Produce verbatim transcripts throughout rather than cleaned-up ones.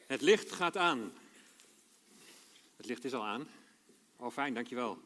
Het licht gaat aan. Het licht is al aan. Oh, fijn, dankjewel.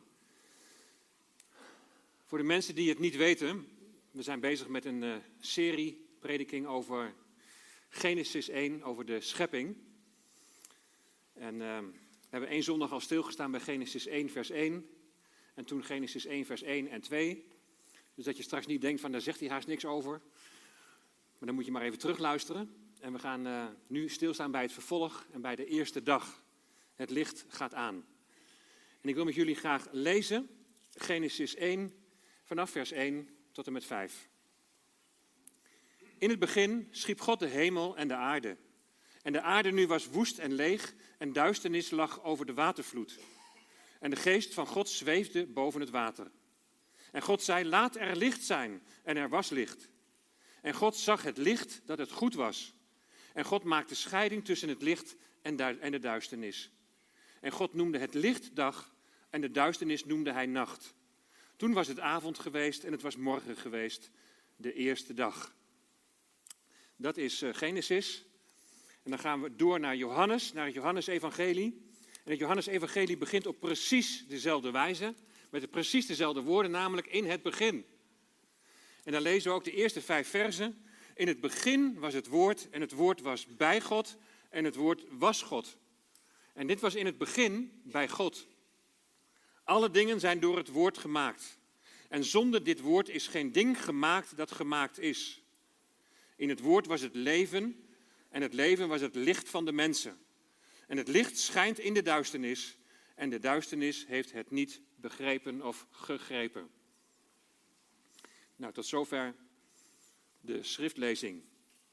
Voor de mensen die het niet weten, we zijn bezig met een uh, serie prediking over Genesis één, over de schepping. En uh, we hebben één zondag al stilgestaan bij Genesis één, vers één. En toen Genesis één, vers één en twee. Dus dat je straks niet denkt van, daar zegt hij haast niks over. Maar dan moet je maar even terugluisteren. En we gaan uh, nu stilstaan bij het vervolg en bij de eerste dag. Het licht gaat aan. En ik wil met jullie graag lezen Genesis één vanaf vers één tot en met vijf. In het begin schiep God de hemel en de aarde. En de aarde nu was woest en leeg en duisternis lag over de watervloed. En de geest van God zweefde boven het water. En God zei, laat er licht zijn. En er was licht. En God zag het licht dat het goed was. En God maakte scheiding tussen het licht en de duisternis. En God noemde het licht dag en de duisternis noemde hij nacht. Toen was het avond geweest en het was morgen geweest, de eerste dag. Dat is Genesis. En dan gaan we door naar Johannes, naar het Johannes-evangelie. En het Johannes-evangelie begint op precies dezelfde wijze, met de precies dezelfde woorden, namelijk in het begin. En dan lezen we ook de eerste vijf versen. In het begin was het woord en het woord was bij God en het woord was God. En dit was in het begin bij God. Alle dingen zijn door het woord gemaakt. En zonder dit woord is geen ding gemaakt dat gemaakt is. In het woord was het leven en het leven was het licht van de mensen. En het licht schijnt in de duisternis en de duisternis heeft het niet begrepen of gegrepen. Nou, tot zover de schriftlezing.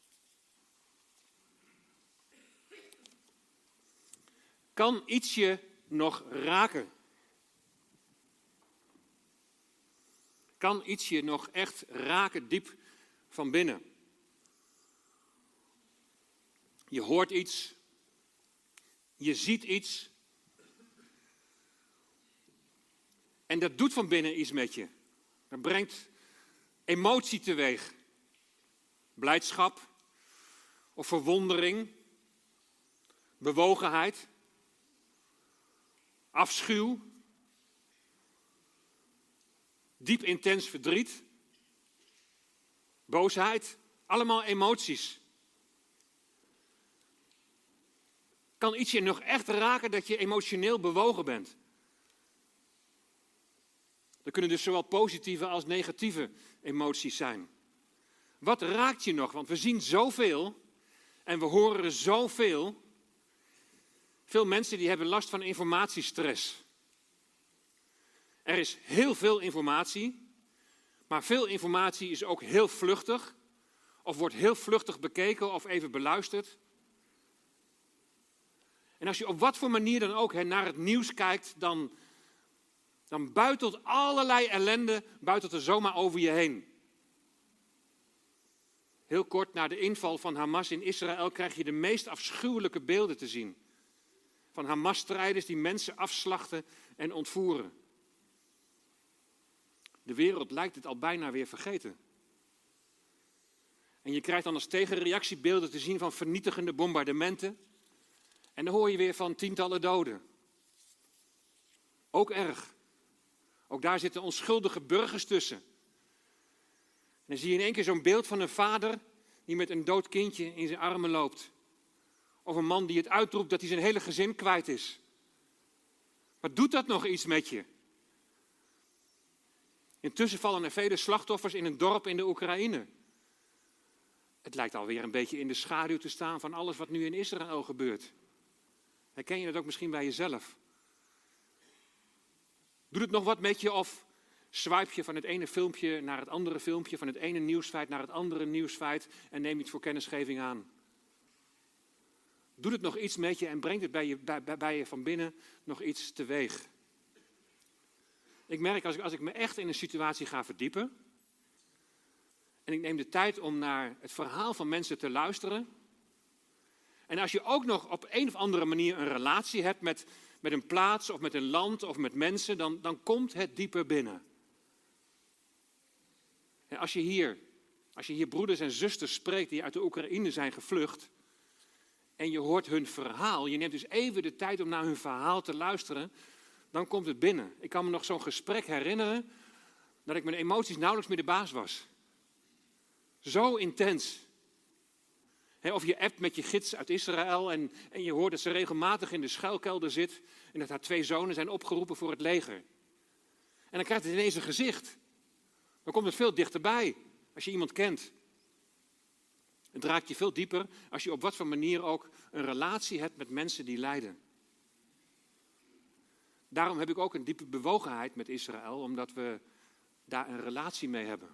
Kan iets je nog raken? Kan iets je nog echt raken diep van binnen? Je hoort iets, je ziet iets en dat doet van binnen iets met je. Dat brengt emotie teweeg. Blijdschap of verwondering, bewogenheid, afschuw, diep intens verdriet, boosheid, allemaal emoties. Kan iets je nog echt raken dat je emotioneel bewogen bent? Er kunnen dus zowel positieve als negatieve emoties zijn. Wat raakt je nog? Want we zien zoveel en we horen zoveel. Veel mensen die hebben last van informatiestress. Er is heel veel informatie, maar veel informatie is ook heel vluchtig. Of wordt heel vluchtig bekeken of even beluisterd. En als je op wat voor manier dan ook he, naar het nieuws kijkt, dan, dan buitelt allerlei ellende buitelt er zomaar over je heen. Heel kort na de inval van Hamas in Israël krijg je de meest afschuwelijke beelden te zien. Van Hamas-strijders die mensen afslachten en ontvoeren. De wereld lijkt het al bijna weer vergeten. En je krijgt dan als tegenreactie beelden te zien van vernietigende bombardementen. En dan hoor je weer van tientallen doden. Ook erg. Ook daar zitten onschuldige burgers tussen. En dan zie je in één keer zo'n beeld van een vader die met een dood kindje in zijn armen loopt. Of een man die het uitroept dat hij zijn hele gezin kwijt is. Wat doet dat nog iets met je? Intussen vallen er vele slachtoffers in een dorp in de Oekraïne. Het lijkt alweer een beetje in de schaduw te staan van alles wat nu in Israël gebeurt. Herken je dat ook misschien bij jezelf? Doet het nog wat met je of swipe je van het ene filmpje naar het andere filmpje, van het ene nieuwsfeit naar het andere nieuwsfeit en neem je het voor kennisgeving aan? Doet het nog iets met je en brengt het bij je, bij, bij je van binnen nog iets teweeg? Ik merk als ik, als ik me echt in een situatie ga verdiepen en ik neem de tijd om naar het verhaal van mensen te luisteren. En als je ook nog op een of andere manier een relatie hebt met, met een plaats of met een land of met mensen, dan, dan komt het dieper binnen. En als je hier, als je hier broeders en zusters spreekt die uit de Oekraïne zijn gevlucht, en je hoort hun verhaal, je neemt dus even de tijd om naar hun verhaal te luisteren, dan komt het binnen. Ik kan me nog zo'n gesprek herinneren dat ik mijn emoties nauwelijks meer de baas was. Zo intens. He, of je appt met je gids uit Israël en, en je hoort dat ze regelmatig in de schuilkelder zit en dat haar twee zonen zijn opgeroepen voor het leger. En dan krijgt het ineens een gezicht. Dan komt het veel dichterbij als je iemand kent. Het raakt je veel dieper als je op wat voor manier ook een relatie hebt met mensen die lijden. Daarom heb ik ook een diepe bewogenheid met Israël, omdat we daar een relatie mee hebben.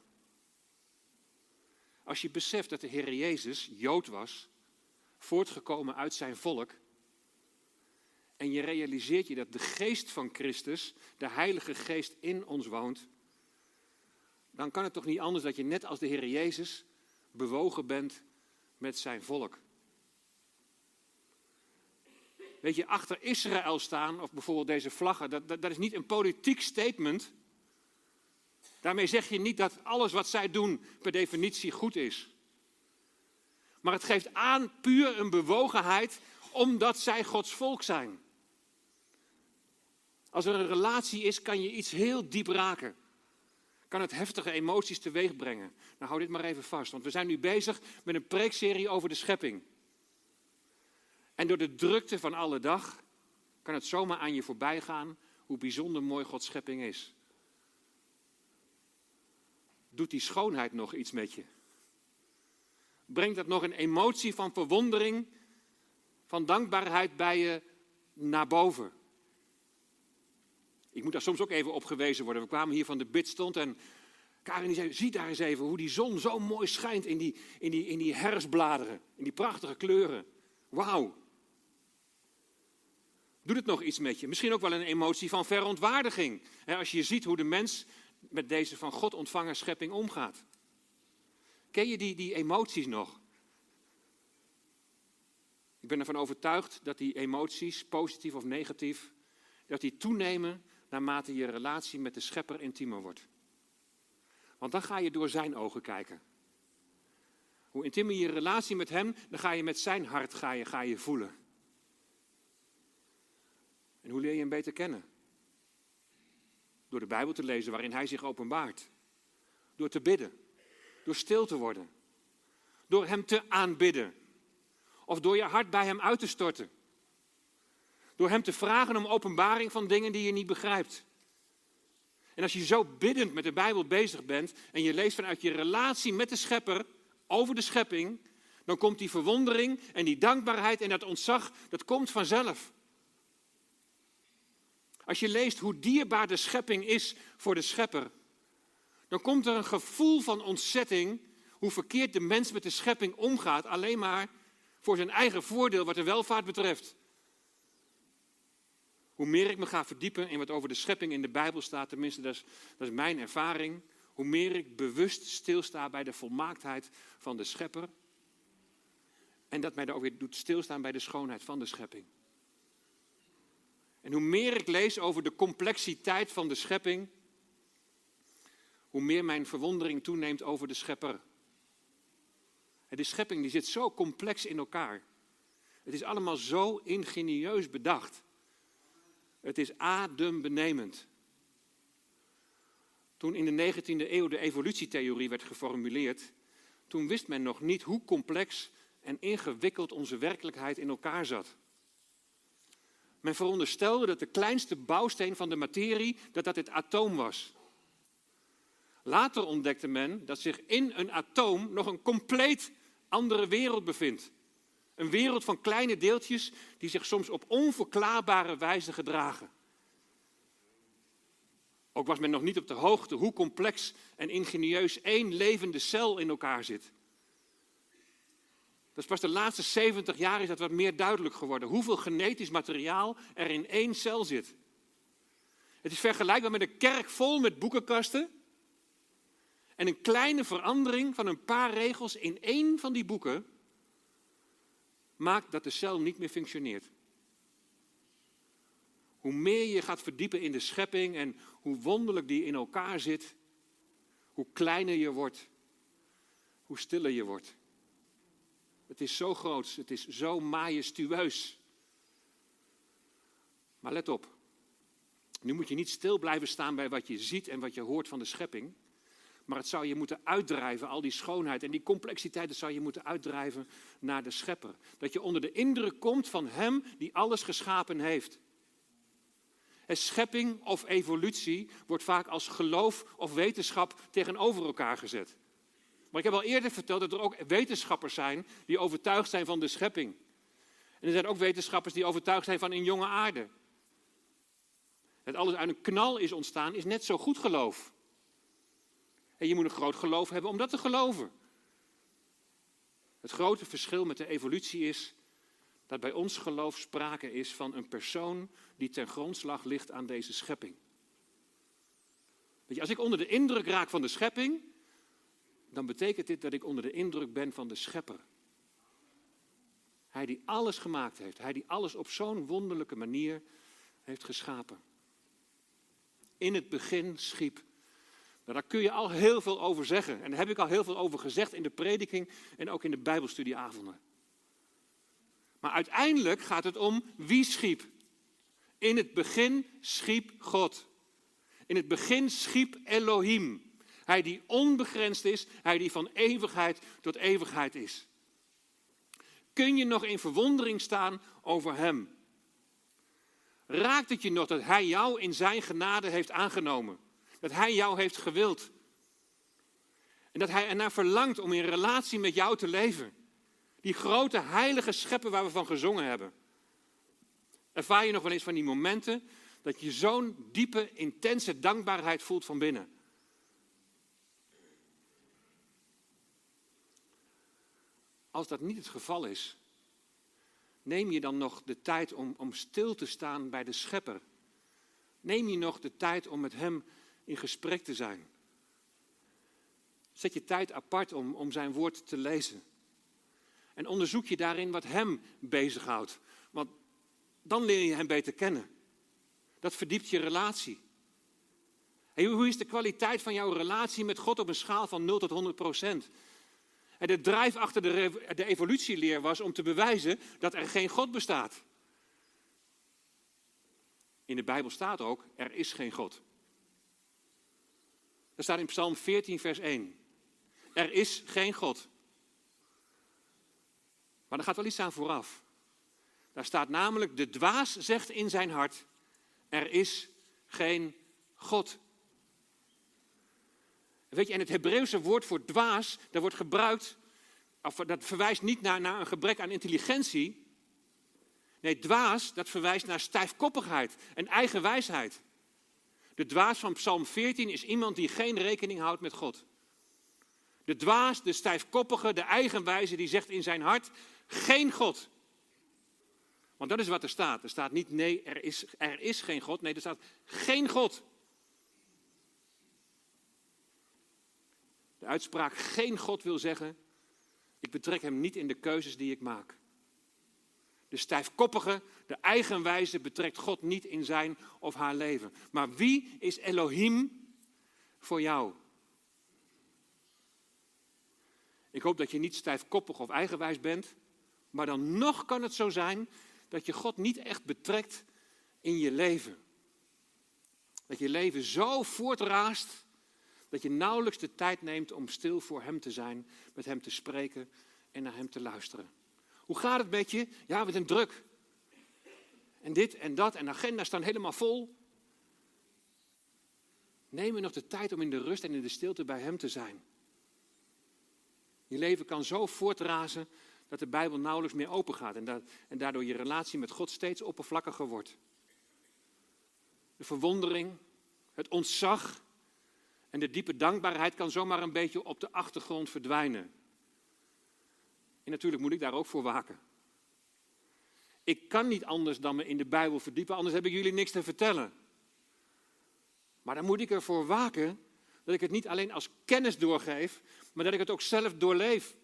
Als je beseft dat de Heer Jezus Jood was, voortgekomen uit zijn volk, en je realiseert je dat de geest van Christus, de Heilige Geest in ons woont, dan kan het toch niet anders dat je net als de Heer Jezus bewogen bent met zijn volk. Weet je, achter Israël staan, of bijvoorbeeld deze vlaggen, dat, dat, dat is niet een politiek statement. Daarmee zeg je niet dat alles wat zij doen per definitie goed is. Maar het geeft aan puur een bewogenheid omdat zij Gods volk zijn. Als er een relatie is, kan je iets heel diep raken. Kan het heftige emoties teweeg brengen. Nou, hou dit maar even vast, want we zijn nu bezig met een preekserie over de schepping. En door de drukte van alle dag kan het zomaar aan je voorbij gaan hoe bijzonder mooi Gods schepping is. Doet die schoonheid nog iets met je? Brengt dat nog een emotie van verwondering, van dankbaarheid bij je naar boven? Ik moet daar soms ook even op gewezen worden. We kwamen hier van de bidstond en Karin die zei, zie daar eens even hoe die zon zo mooi schijnt in die, in die, in die herfstbladeren, in die prachtige kleuren. Wauw. Doet het nog iets met je? Misschien ook wel een emotie van verontwaardiging. Als je ziet hoe de mens met deze van God ontvangen schepping omgaat. Ken je die, die emoties nog? Ik ben ervan overtuigd dat die emoties, positief of negatief, dat die toenemen naarmate je relatie met de schepper intiemer wordt. Want dan ga je door zijn ogen kijken. Hoe intiemer je relatie met hem, dan ga je met zijn hart ga je, ga je voelen. En hoe leer je hem beter kennen? Door de Bijbel te lezen waarin hij zich openbaart. Door te bidden. Door stil te worden. Door hem te aanbidden. Of door je hart bij hem uit te storten. Door hem te vragen om openbaring van dingen die je niet begrijpt. En als je zo biddend met de Bijbel bezig bent en je leest vanuit je relatie met de schepper over de schepping, dan komt die verwondering en die dankbaarheid en dat ontzag, dat komt vanzelf. Als je leest hoe dierbaar de schepping is voor de schepper, dan komt er een gevoel van ontzetting hoe verkeerd de mens met de schepping omgaat, alleen maar voor zijn eigen voordeel wat de welvaart betreft. Hoe meer ik me ga verdiepen in wat over de schepping in de Bijbel staat, tenminste dat is, dat is mijn ervaring, hoe meer ik bewust stilsta bij de volmaaktheid van de schepper en dat mij dan ook weer doet stilstaan bij de schoonheid van de schepping. En hoe meer ik lees over de complexiteit van de schepping, hoe meer mijn verwondering toeneemt over de schepper. En de schepping die zit zo complex in elkaar. Het is allemaal zo ingenieus bedacht. Het is adembenemend. Toen in de negentiende eeuw de evolutietheorie werd geformuleerd, toen wist men nog niet hoe complex en ingewikkeld onze werkelijkheid in elkaar zat. Men veronderstelde dat de kleinste bouwsteen van de materie, dat dat het atoom was. Later ontdekte men dat zich in een atoom nog een compleet andere wereld bevindt. Een wereld van kleine deeltjes die zich soms op onverklaarbare wijze gedragen. Ook was men nog niet op de hoogte hoe complex en ingenieus één levende cel in elkaar zit. Dat is pas de laatste zeventig jaar is dat wat meer duidelijk geworden. Hoeveel genetisch materiaal er in één cel zit. Het is vergelijkbaar met een kerk vol met boekenkasten. En een kleine verandering van een paar regels in één van die boeken maakt dat de cel niet meer functioneert. Hoe meer je gaat verdiepen in de schepping en hoe wonderlijk die in elkaar zit, hoe kleiner je wordt, hoe stiller je wordt. Het is zo groot, het is zo majestueus. Maar let op, nu moet je niet stil blijven staan bij wat je ziet en wat je hoort van de schepping. Maar het zou je moeten uitdrijven, al die schoonheid en die complexiteit, dat zou je moeten uitdrijven naar de schepper. Dat je onder de indruk komt van hem die alles geschapen heeft. En schepping of evolutie wordt vaak als geloof of wetenschap tegenover elkaar gezet. Maar ik heb al eerder verteld dat er ook wetenschappers zijn die overtuigd zijn van de schepping. En er zijn ook wetenschappers die overtuigd zijn van een jonge aarde. Dat alles uit een knal is ontstaan is net zo goed geloof. En je moet een groot geloof hebben om dat te geloven. Het grote verschil met de evolutie is dat bij ons geloof sprake is van een persoon die ten grondslag ligt aan deze schepping. Weet je, als ik onder de indruk raak van de schepping, dan betekent dit dat ik onder de indruk ben van de schepper. Hij die alles gemaakt heeft, hij die alles op zo'n wonderlijke manier heeft geschapen. In het begin schiep. Nou, daar kun je al heel veel over zeggen. En daar heb ik al heel veel over gezegd in de prediking en ook in de Bijbelstudieavonden. Maar uiteindelijk gaat het om wie schiep. In het begin schiep God. In het begin schiep Elohim. Hij die onbegrensd is, hij die van eeuwigheid tot eeuwigheid is. Kun je nog in verwondering staan over hem? Raakt het je nog dat hij jou in zijn genade heeft aangenomen? Dat hij jou heeft gewild? En dat hij ernaar verlangt om in relatie met jou te leven? Die grote heilige schepper waar we van gezongen hebben. Ervaar je nog wel eens van die momenten dat je zo'n diepe, intense dankbaarheid voelt van binnen? Als dat niet het geval is, neem je dan nog de tijd om, om stil te staan bij de schepper? Neem je nog de tijd om met hem in gesprek te zijn? Zet je tijd apart om, om zijn woord te lezen. En onderzoek je daarin wat hem bezighoudt. Want dan leer je hem beter kennen. Dat verdiept je relatie. En hoe is de kwaliteit van jouw relatie met God op een schaal van nul tot honderd procent? En de drijf achter de, de evolutieleer was om te bewijzen dat er geen God bestaat. In de Bijbel staat ook, er is geen God. Dat staat in Psalm veertien vers één. Er is geen God. Maar er gaat wel iets aan vooraf. Daar staat namelijk, de dwaas zegt in zijn hart, er is geen God. Weet je, en het Hebreeuwse woord voor dwaas, dat wordt gebruikt, of dat verwijst niet naar, naar een gebrek aan intelligentie. Nee, dwaas, dat verwijst naar stijfkoppigheid en eigenwijsheid. De dwaas van Psalm veertien is iemand die geen rekening houdt met God. De dwaas, de stijfkoppige, de eigenwijze, die zegt in zijn hart, geen God. Want dat is wat er staat. Er staat niet, nee, er is, er is geen God. Nee, er staat geen God. De uitspraak geen God wil zeggen, ik betrek hem niet in de keuzes die ik maak. De stijfkoppige, de eigenwijze betrekt God niet in zijn of haar leven. Maar wie is Elohim voor jou? Ik hoop dat je niet stijfkoppig of eigenwijs bent, maar dan nog kan het zo zijn dat je God niet echt betrekt in je leven. Dat je leven zo voortraast dat je nauwelijks de tijd neemt om stil voor hem te zijn, met hem te spreken en naar hem te luisteren. Hoe gaat het met je? Ja, we zijn druk. En dit en dat en de agenda staan helemaal vol. Neem er nog de tijd om in de rust en in de stilte bij hem te zijn. Je leven kan zo voortrazen dat de Bijbel nauwelijks meer open gaat en, dat, en daardoor je relatie met God steeds oppervlakkiger wordt. De verwondering, het ontzag en de diepe dankbaarheid kan zomaar een beetje op de achtergrond verdwijnen. En natuurlijk moet ik daar ook voor waken. Ik kan niet anders dan me in de Bijbel verdiepen, anders heb ik jullie niks te vertellen. Maar dan moet ik ervoor waken dat ik het niet alleen als kennis doorgeef, maar dat ik het ook zelf doorleef.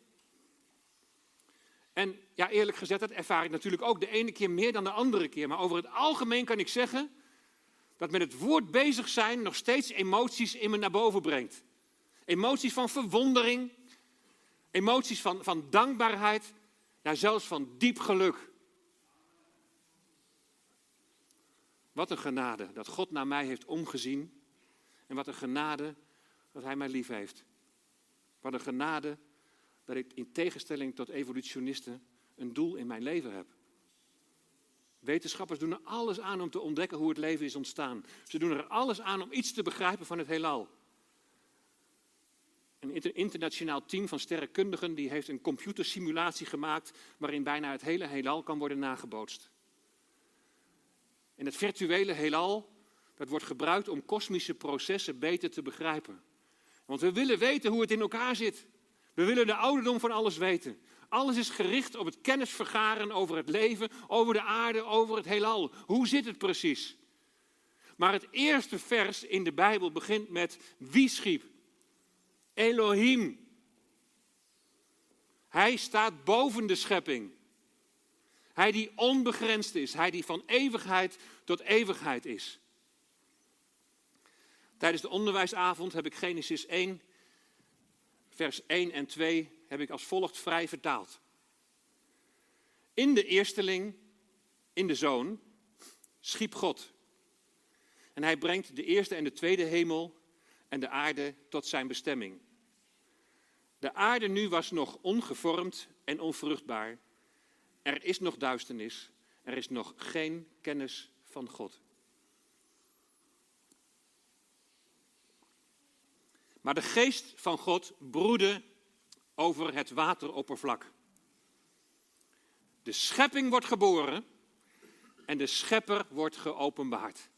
En ja, eerlijk gezegd, dat ervaar ik natuurlijk ook de ene keer meer dan de andere keer. Maar over het algemeen kan ik zeggen dat met het woord bezig zijn nog steeds emoties in me naar boven brengt. Emoties van verwondering, emoties van, van dankbaarheid. Ja, zelfs van diep geluk. Wat een genade dat God naar mij heeft omgezien. En wat een genade dat hij mij lief heeft. Wat een genade dat ik in tegenstelling tot evolutionisten een doel in mijn leven heb. Wetenschappers doen er alles aan om te ontdekken hoe het leven is ontstaan. Ze doen er alles aan om iets te begrijpen van het heelal. Een internationaal team van sterrenkundigen die heeft een computersimulatie gemaakt waarin bijna het hele heelal kan worden nagebootst. En het virtuele heelal, dat wordt gebruikt om kosmische processen beter te begrijpen. Want we willen weten hoe het in elkaar zit. We willen de ouderdom van alles weten. Alles is gericht op het kennis vergaren over het leven, over de aarde, over het heelal. Hoe zit het precies? Maar het eerste vers in de Bijbel begint met wie schiep? Elohim. Hij staat boven de schepping. Hij die onbegrensd is. Hij die van eeuwigheid tot eeuwigheid is. Tijdens de onderwijsavond heb ik Genesis één, vers één en twee heb ik als volgt vrij vertaald. In de eersteling, in de zoon, schiep God. En hij brengt de eerste en de tweede hemel en de aarde tot zijn bestemming. De aarde nu was nog ongevormd en onvruchtbaar. Er is nog duisternis. Er is nog geen kennis van God. Maar de geest van God broedde over het wateroppervlak. De schepping wordt geboren en de schepper wordt geopenbaard.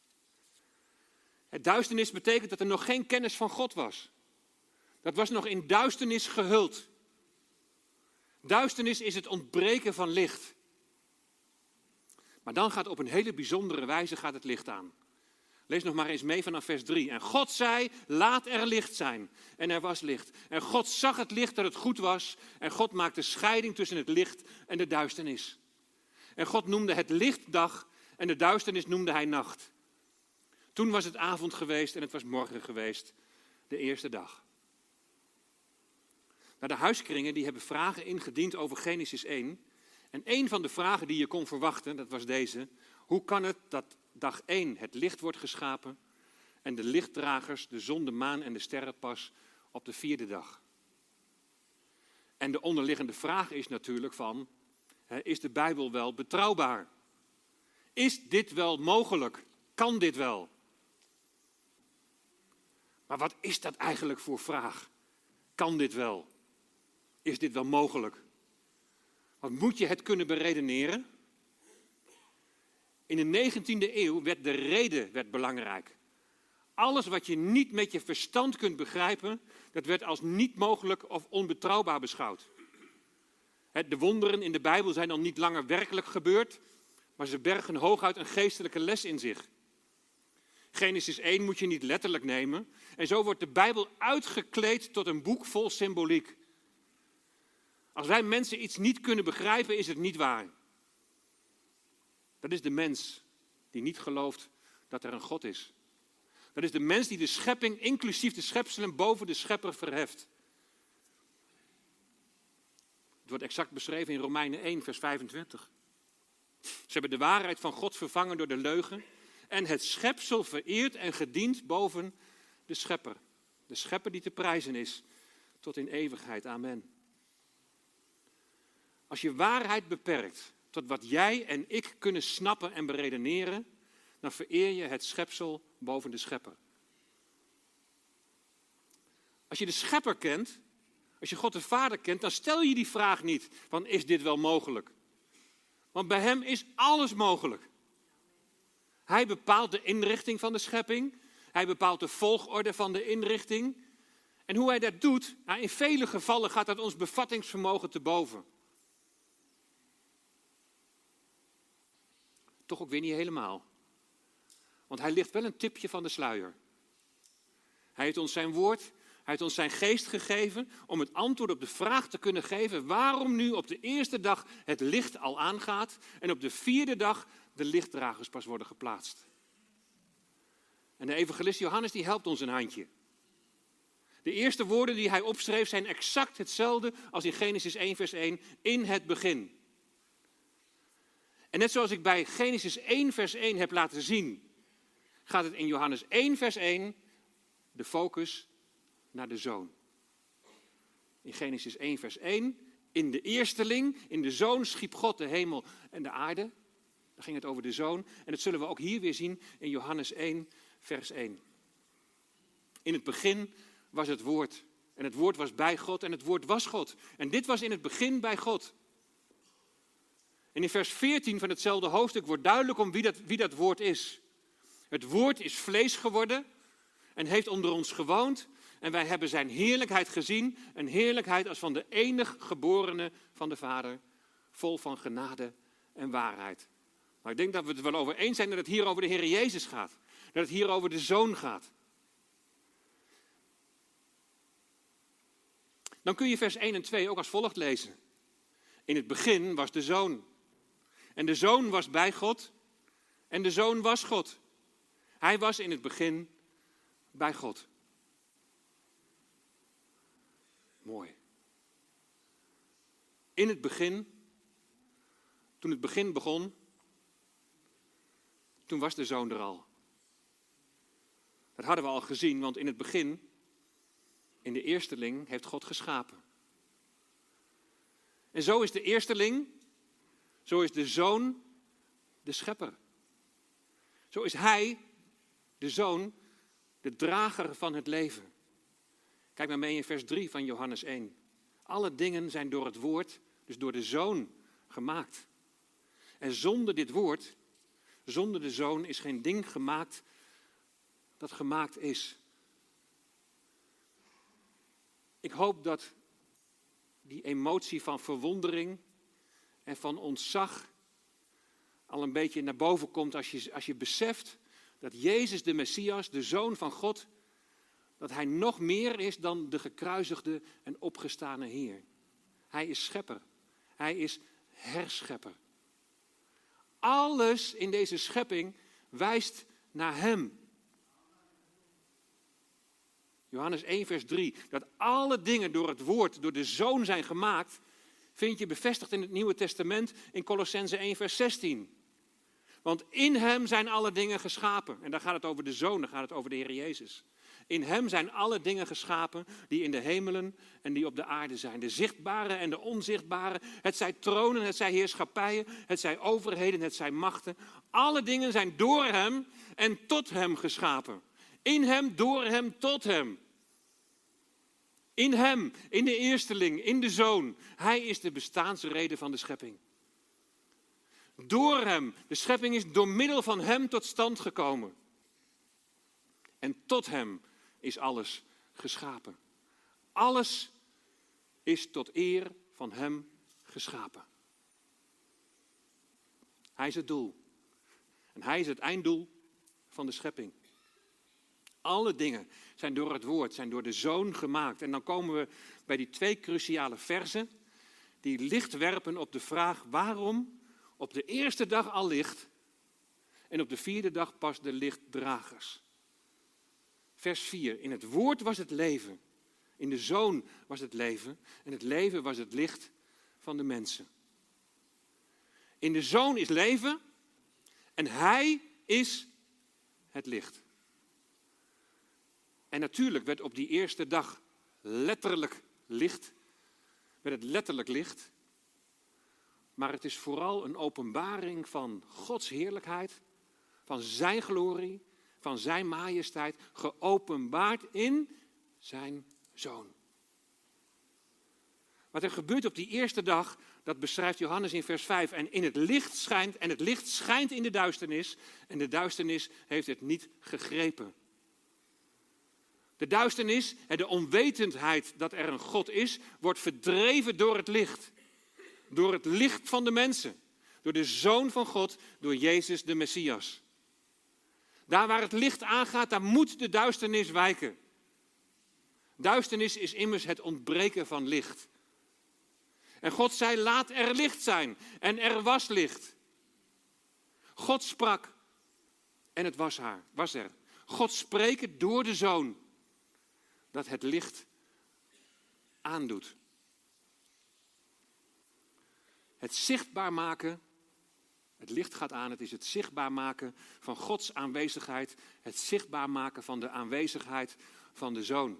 Het duisternis betekent dat er nog geen kennis van God was. Dat was nog in duisternis gehuld. Duisternis is het ontbreken van licht. Maar dan gaat op een hele bijzondere wijze gaat het licht aan. Lees nog maar eens mee vanaf vers drie. En God zei, laat er licht zijn. En er was licht. En God zag het licht dat het goed was. En God maakte scheiding tussen het licht en de duisternis. En God noemde het licht dag en de duisternis noemde hij nacht. Toen was het avond geweest en het was morgen geweest, de eerste dag. Nou, de huiskringen die hebben vragen ingediend over Genesis één. En een van de vragen die je kon verwachten, dat was deze. Hoe kan het dat dag één het licht wordt geschapen en de lichtdragers, de zon, de maan en de sterren pas op de vierde dag? En de onderliggende vraag is natuurlijk van, is de Bijbel wel betrouwbaar? Is dit wel mogelijk? Kan dit wel? Maar wat is dat eigenlijk voor vraag? Kan dit wel? Is dit wel mogelijk? Want moet je het kunnen beredeneren? In de negentiende eeuw werd de reden werd belangrijk. Alles wat je niet met je verstand kunt begrijpen, dat werd als niet mogelijk of onbetrouwbaar beschouwd. De wonderen in de Bijbel zijn dan niet langer werkelijk gebeurd, maar ze bergen hooguit een geestelijke les in zich. Genesis één moet je niet letterlijk nemen. En zo wordt de Bijbel uitgekleed tot een boek vol symboliek. Als wij mensen iets niet kunnen begrijpen, is het niet waar. Dat is de mens die niet gelooft dat er een God is. Dat is de mens die de schepping, inclusief de schepselen, boven de schepper verheft. Het wordt exact beschreven in Romeinen één, vers vijfentwintig. Ze hebben de waarheid van God vervangen door de leugen en het schepsel vereerd en gediend boven de schepper. De schepper die te prijzen is tot in eeuwigheid. Amen. Als je waarheid beperkt tot wat jij en ik kunnen snappen en beredeneren, dan vereer je het schepsel boven de schepper. Als je de schepper kent, als je God de Vader kent, dan stel je die vraag niet van is dit wel mogelijk? Want bij hem is alles mogelijk. Hij bepaalt de inrichting van de schepping. Hij bepaalt de volgorde van de inrichting. En hoe hij dat doet, nou in vele gevallen gaat dat ons bevattingsvermogen te boven. Toch ook weer niet helemaal. Want hij ligt wel een tipje van de sluier. Hij heeft ons zijn woord, hij heeft ons zijn geest gegeven om het antwoord op de vraag te kunnen geven waarom nu op de eerste dag het licht al aangaat en op de vierde dag de lichtdragers pas worden geplaatst. En de evangelist Johannes die helpt ons een handje. De eerste woorden die hij opschreef zijn exact hetzelfde als in Genesis één vers één, in het begin. En net zoals ik bij Genesis één vers één heb laten zien, gaat het in Johannes één vers één de focus naar de Zoon. In Genesis één vers één, in de eersteling, in de Zoon schiep God de hemel en de aarde. Daar ging het over de Zoon. En dat zullen we ook hier weer zien in Johannes één vers één. In het begin was het woord. En het woord was bij God en het woord was God. En dit was in het begin bij God. En in vers veertien van hetzelfde hoofdstuk wordt duidelijk om wie dat, wie dat woord is. Het woord is vlees geworden en heeft onder ons gewoond. En wij hebben zijn heerlijkheid gezien. Een heerlijkheid als van de enig geborene van de Vader. Vol van genade en waarheid. Maar ik denk dat we het wel over eens zijn dat het hier over de Heer Jezus gaat. Dat het hier over de Zoon gaat. Dan kun je vers één en twee ook als volgt lezen. In het begin was de Zoon. En de Zoon was bij God. En de Zoon was God. Hij was in het begin bij God. Mooi. In het begin, toen het begin begon, toen was de Zoon er al. Dat hadden we al gezien, want in het begin, in de eersteling, heeft God geschapen. En zo is de eersteling, zo is de Zoon de schepper. Zo is Hij, de Zoon, de drager van het leven. Kijk maar mee in vers drie van Johannes één. Alle dingen zijn door het woord, dus door de Zoon, gemaakt. En zonder dit woord, zonder de Zoon, is geen ding gemaakt dat gemaakt is. Ik hoop dat die emotie van verwondering en van ontzag al een beetje naar boven komt als je, als je beseft dat Jezus de Messias, de Zoon van God, dat hij nog meer is dan de gekruisigde en opgestane Heer. Hij is schepper. Hij is herschepper. Alles in deze schepping wijst naar hem. Johannes één vers drie. Dat alle dingen door het woord, door de Zoon zijn gemaakt, vind je bevestigd in het Nieuwe Testament in Kolossenzen één vers zestien. Want in hem zijn alle dingen geschapen. En daar gaat het over de Zoon, daar gaat het over de Heer Jezus. In hem zijn alle dingen geschapen die in de hemelen en die op de aarde zijn. De zichtbare en de onzichtbare. Het zij tronen, het zij heerschappijen, het zij overheden, het zij machten. Alle dingen zijn door hem en tot hem geschapen. In hem, door hem, tot hem. In hem, in de eersteling, in de Zoon. Hij is de bestaansreden van de schepping. Door hem. De schepping is door middel van hem tot stand gekomen. En tot hem is alles geschapen. Alles is tot eer van hem geschapen. Hij is het doel. En hij is het einddoel van de schepping. Alle dingen zijn door het woord, zijn door de Zoon gemaakt. En dan komen we bij die twee cruciale versen die licht werpen op de vraag waarom op de eerste dag al licht en op de vierde dag pas de lichtdragers. Vers vier. In het woord was het leven. In de Zoon was het leven. En het leven was het licht van de mensen. In de Zoon is leven. En Hij is het licht. En natuurlijk werd op die eerste dag letterlijk licht. Werd het letterlijk licht. Maar het is vooral een openbaring van Gods heerlijkheid. Van zijn glorie. Van zijn majesteit, geopenbaard in zijn Zoon. Wat er gebeurt op die eerste dag, dat beschrijft Johannes in vers vijf. En in het licht schijnt, en het licht schijnt in de duisternis, en de duisternis heeft het niet gegrepen. De duisternis, de onwetendheid dat er een God is, wordt verdreven door het licht. Door het licht van de mensen. Door de Zoon van God, door Jezus de Messias. Daar waar het licht aangaat, daar moet de duisternis wijken. Duisternis is immers het ontbreken van licht. En God zei, laat er licht zijn. En er was licht. God sprak en het was, haar, was er. God spreken door de Zoon. dat het licht aandoet. Het zichtbaar maken, het licht gaat aan, het is het zichtbaar maken van Gods aanwezigheid, het zichtbaar maken van de aanwezigheid van de Zoon.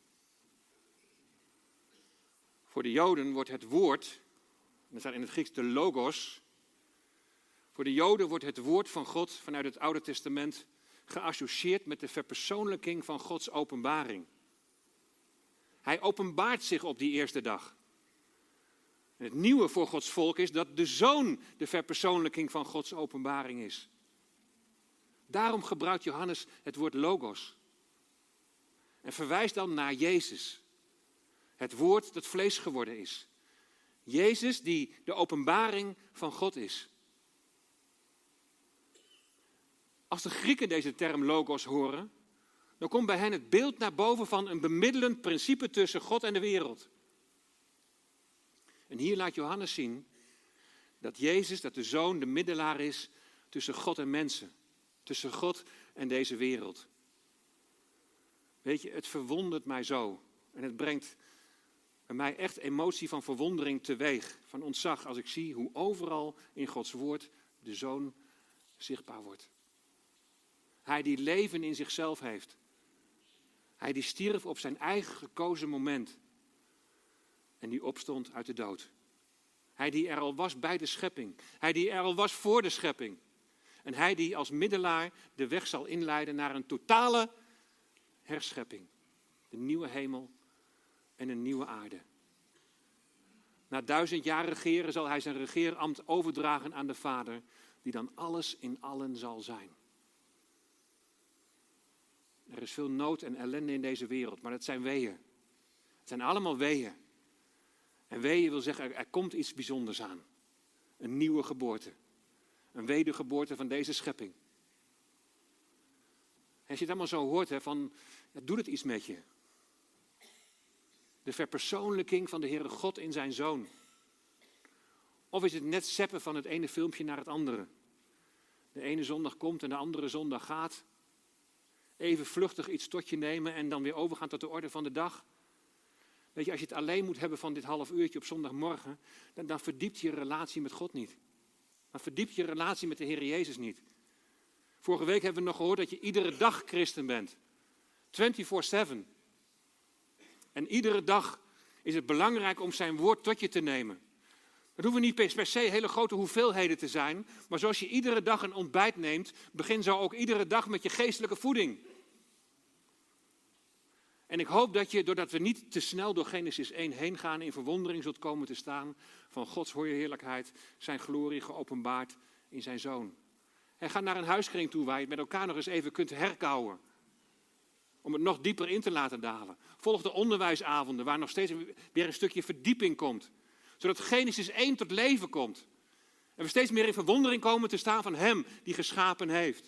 Voor de Joden wordt het woord, dat staat in het Grieks de logos, voor de Joden wordt het woord van God vanuit het Oude Testament geassocieerd met de verpersoonlijking van Gods openbaring. Hij openbaart zich op die eerste dag. En het nieuwe voor Gods volk is dat de Zoon de verpersoonlijking van Gods openbaring is. Daarom gebruikt Johannes het woord logos. En verwijst dan naar Jezus. Het woord dat vlees geworden is. Jezus die de openbaring van God is. Als de Grieken deze term logos horen, dan komt bij hen het beeld naar boven van een bemiddelend principe tussen God en de wereld. En hier laat Johannes zien dat Jezus, dat de Zoon, de middelaar is tussen God en mensen. Tussen God en deze wereld. Weet je, het verwondert mij zo. En het brengt bij mij echt emotie van verwondering teweeg. Van ontzag als ik zie hoe overal in Gods woord de Zoon zichtbaar wordt. Hij die leven in zichzelf heeft. Hij die stierf op zijn eigen gekozen moment. En die opstond uit de dood. Hij die er al was bij de schepping. Hij die er al was voor de schepping. En hij die als middelaar de weg zal inleiden naar een totale herschepping. De nieuwe hemel en een nieuwe aarde. Na duizend jaar regeren zal hij zijn regeerambt overdragen aan de Vader, die dan alles in allen zal zijn. Er is veel nood en ellende in deze wereld, maar dat zijn weeën. Het zijn allemaal weeën. En weeën wil zeggen, er, er komt iets bijzonders aan. Een nieuwe geboorte. Een wedergeboorte van deze schepping. En als je het allemaal zo hoort, hè, van, ja, doet het iets met je. De verpersoonlijking van de Heere God in zijn Zoon. Of is het net zeppen van het ene filmpje naar het andere. De ene zondag komt en de andere zondag gaat. Even vluchtig iets tot je nemen en dan weer overgaan tot de orde van de dag. Weet je, als je het alleen moet hebben van dit half uurtje op zondagmorgen, dan, dan verdiept je relatie met God niet. Dan verdiept je relatie met de Heer Jezus niet. Vorige week hebben we nog gehoord dat je iedere dag christen bent. vierentwintig zeven. En iedere dag is het belangrijk om zijn woord tot je te nemen. Dat hoeven niet per se hele grote hoeveelheden te zijn. Maar zoals je iedere dag een ontbijt neemt, begin zo ook iedere dag met je geestelijke voeding. En ik hoop dat je, doordat we niet te snel door Genesis één heen gaan, in verwondering zult komen te staan van Gods heerlijkheid, zijn glorie geopenbaard in zijn Zoon. En ga naar een huiskring toe waar je het met elkaar nog eens even kunt herkauwen. Om het nog dieper in te laten dalen. Volg de onderwijsavonden waar nog steeds weer een stukje verdieping komt. Zodat Genesis één tot leven komt. En we steeds meer in verwondering komen te staan van hem die geschapen heeft.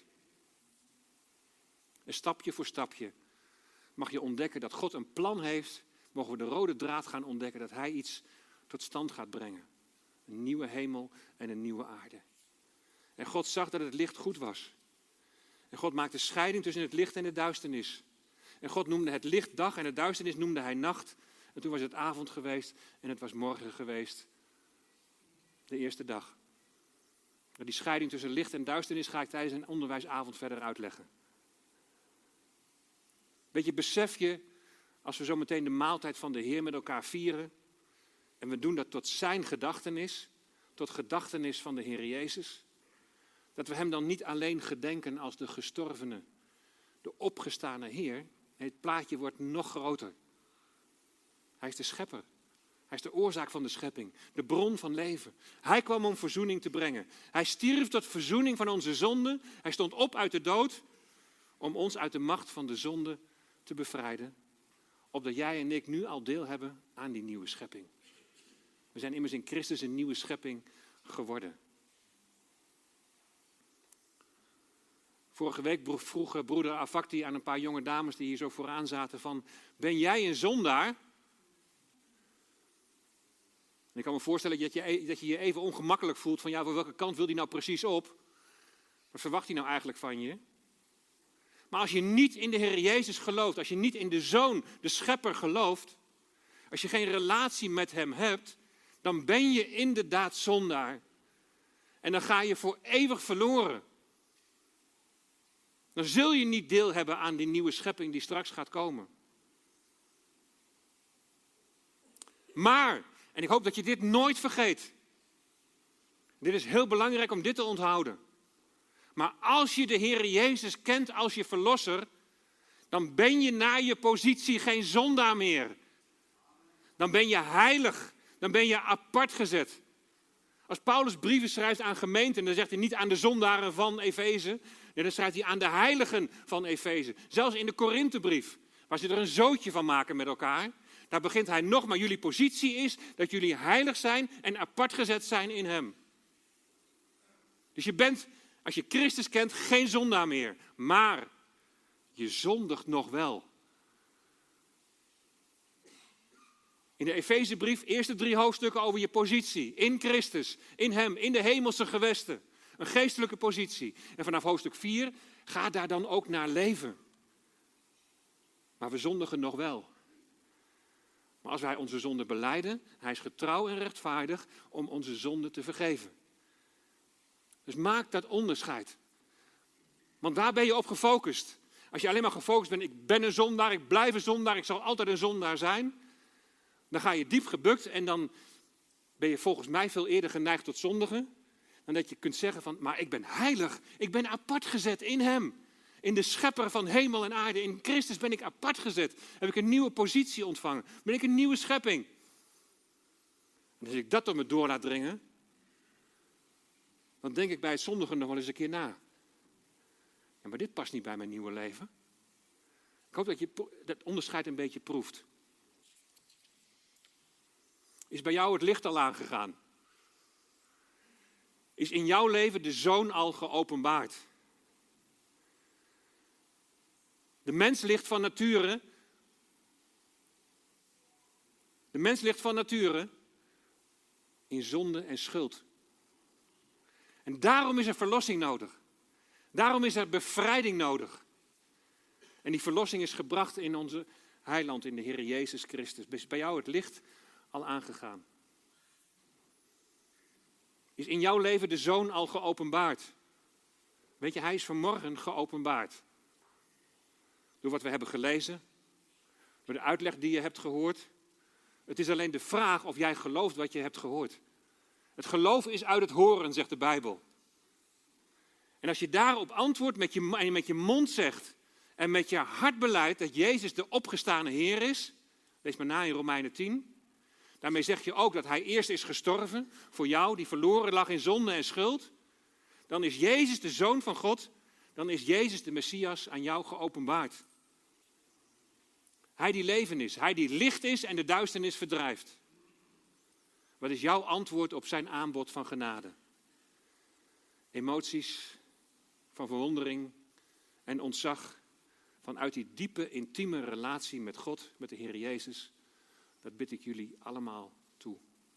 En stapje voor stapje mag je ontdekken dat God een plan heeft. Mogen we de rode draad gaan ontdekken dat hij iets tot stand gaat brengen. Een nieuwe hemel en een nieuwe aarde. En God zag dat het licht goed was. En God maakte scheiding tussen het licht en de duisternis. En God noemde het licht dag en de duisternis noemde hij nacht. En toen was het avond geweest en het was morgen geweest. De eerste dag. Die scheiding tussen licht en duisternis ga ik tijdens een onderwijsavond verder uitleggen. Weet je, besef je, als we zo meteen de maaltijd van de Heer met elkaar vieren. En we doen dat tot zijn gedachtenis. Tot gedachtenis van de Heer Jezus. Dat we hem dan niet alleen gedenken als de gestorvene. De opgestane Heer. Nee, het plaatje wordt nog groter. Hij is de schepper. Hij is de oorzaak van de schepping. De bron van leven. Hij kwam om verzoening te brengen. Hij stierf tot verzoening van onze zonden. Hij stond op uit de dood. Om ons uit de macht van de zonde te bevrijden. Opdat jij en ik nu al deel hebben aan die nieuwe schepping. We zijn immers in Christus een nieuwe schepping geworden. Vorige week vroeg broeder Avakti aan een paar jonge dames die hier zo vooraan zaten van, ben jij een zondaar? En ik kan me voorstellen dat je, dat je je even ongemakkelijk voelt van, ja, voor welke kant wil die nou precies op? Wat verwacht hij nou eigenlijk van je? Maar als je niet in de Heer Jezus gelooft, als je niet in de Zoon, de Schepper gelooft, als je geen relatie met hem hebt, dan ben je inderdaad zondaar. En dan ga je voor eeuwig verloren. Dan zul je niet deel hebben aan die nieuwe schepping die straks gaat komen. Maar, en ik hoop dat je dit nooit vergeet. Dit is heel belangrijk om dit te onthouden. Maar als je de Heer Jezus kent als je verlosser, dan ben je naar je positie geen zondaar meer. Dan ben je heilig. Dan ben je apart gezet. Als Paulus brieven schrijft aan gemeenten, dan zegt hij niet aan de zondaren van Efeze. Nee, dan schrijft hij aan de heiligen van Efeze. Zelfs in de Korinthebrief, waar ze er een zootje van maken met elkaar. Daar begint hij nog, maar jullie positie is dat jullie heilig zijn en apart gezet zijn in hem. Dus je bent, als je Christus kent, geen zondaar meer. Maar je zondigt nog wel. In de Efezebrief, eerste drie hoofdstukken over je positie. In Christus, in hem, in de hemelse gewesten. Een geestelijke positie. En vanaf hoofdstuk vier, ga daar dan ook naar leven. Maar we zondigen nog wel. Maar als wij onze zonde belijden, hij is getrouw en rechtvaardig om onze zonde te vergeven. Dus maak dat onderscheid. Want waar ben je op gefocust? Als je alleen maar gefocust bent, ik ben een zondaar, ik blijf een zondaar, ik zal altijd een zondaar zijn. Dan ga je diep gebukt en dan ben je volgens mij veel eerder geneigd tot zondigen. Dan dat je kunt zeggen van, maar ik ben heilig, ik ben apart gezet in hem. In de schepper van hemel en aarde, in Christus ben ik apart gezet. Heb ik een nieuwe positie ontvangen, ben ik een nieuwe schepping. En als ik dat tot me door laat dringen, dan denk ik bij het zondigen nog wel eens een keer na. Ja, maar dit past niet bij mijn nieuwe leven. Ik hoop dat je dat onderscheid een beetje proeft. Is bij jou het licht al aangegaan? Is in jouw leven de Zoon al geopenbaard? De mens ligt van nature. De mens ligt van nature in zonde en schuld. En daarom is er verlossing nodig. Daarom is er bevrijding nodig. En die verlossing is gebracht in onze heiland, in de Heer Jezus Christus. Is bij jou het licht al aangegaan? Is in jouw leven de Zoon al geopenbaard? Weet je, hij is vanmorgen geopenbaard. Door wat we hebben gelezen, door de uitleg die je hebt gehoord. Het is alleen de vraag of jij gelooft wat je hebt gehoord. Het geloof is uit het horen, zegt de Bijbel. En als je daarop antwoordt, met je, met je mond zegt en met je hart beleidt dat Jezus de opgestane Heer is, lees maar na in Romeinen tien. Daarmee zeg je ook dat hij eerst is gestorven voor jou, die verloren lag in zonde en schuld. Dan is Jezus de Zoon van God, dan is Jezus de Messias aan jou geopenbaard. Hij die leven is, hij die licht is en de duisternis verdrijft. Wat is jouw antwoord op zijn aanbod van genade? Emoties van verwondering en ontzag vanuit die diepe, intieme relatie met God, met de Heer Jezus. Dat bid ik jullie allemaal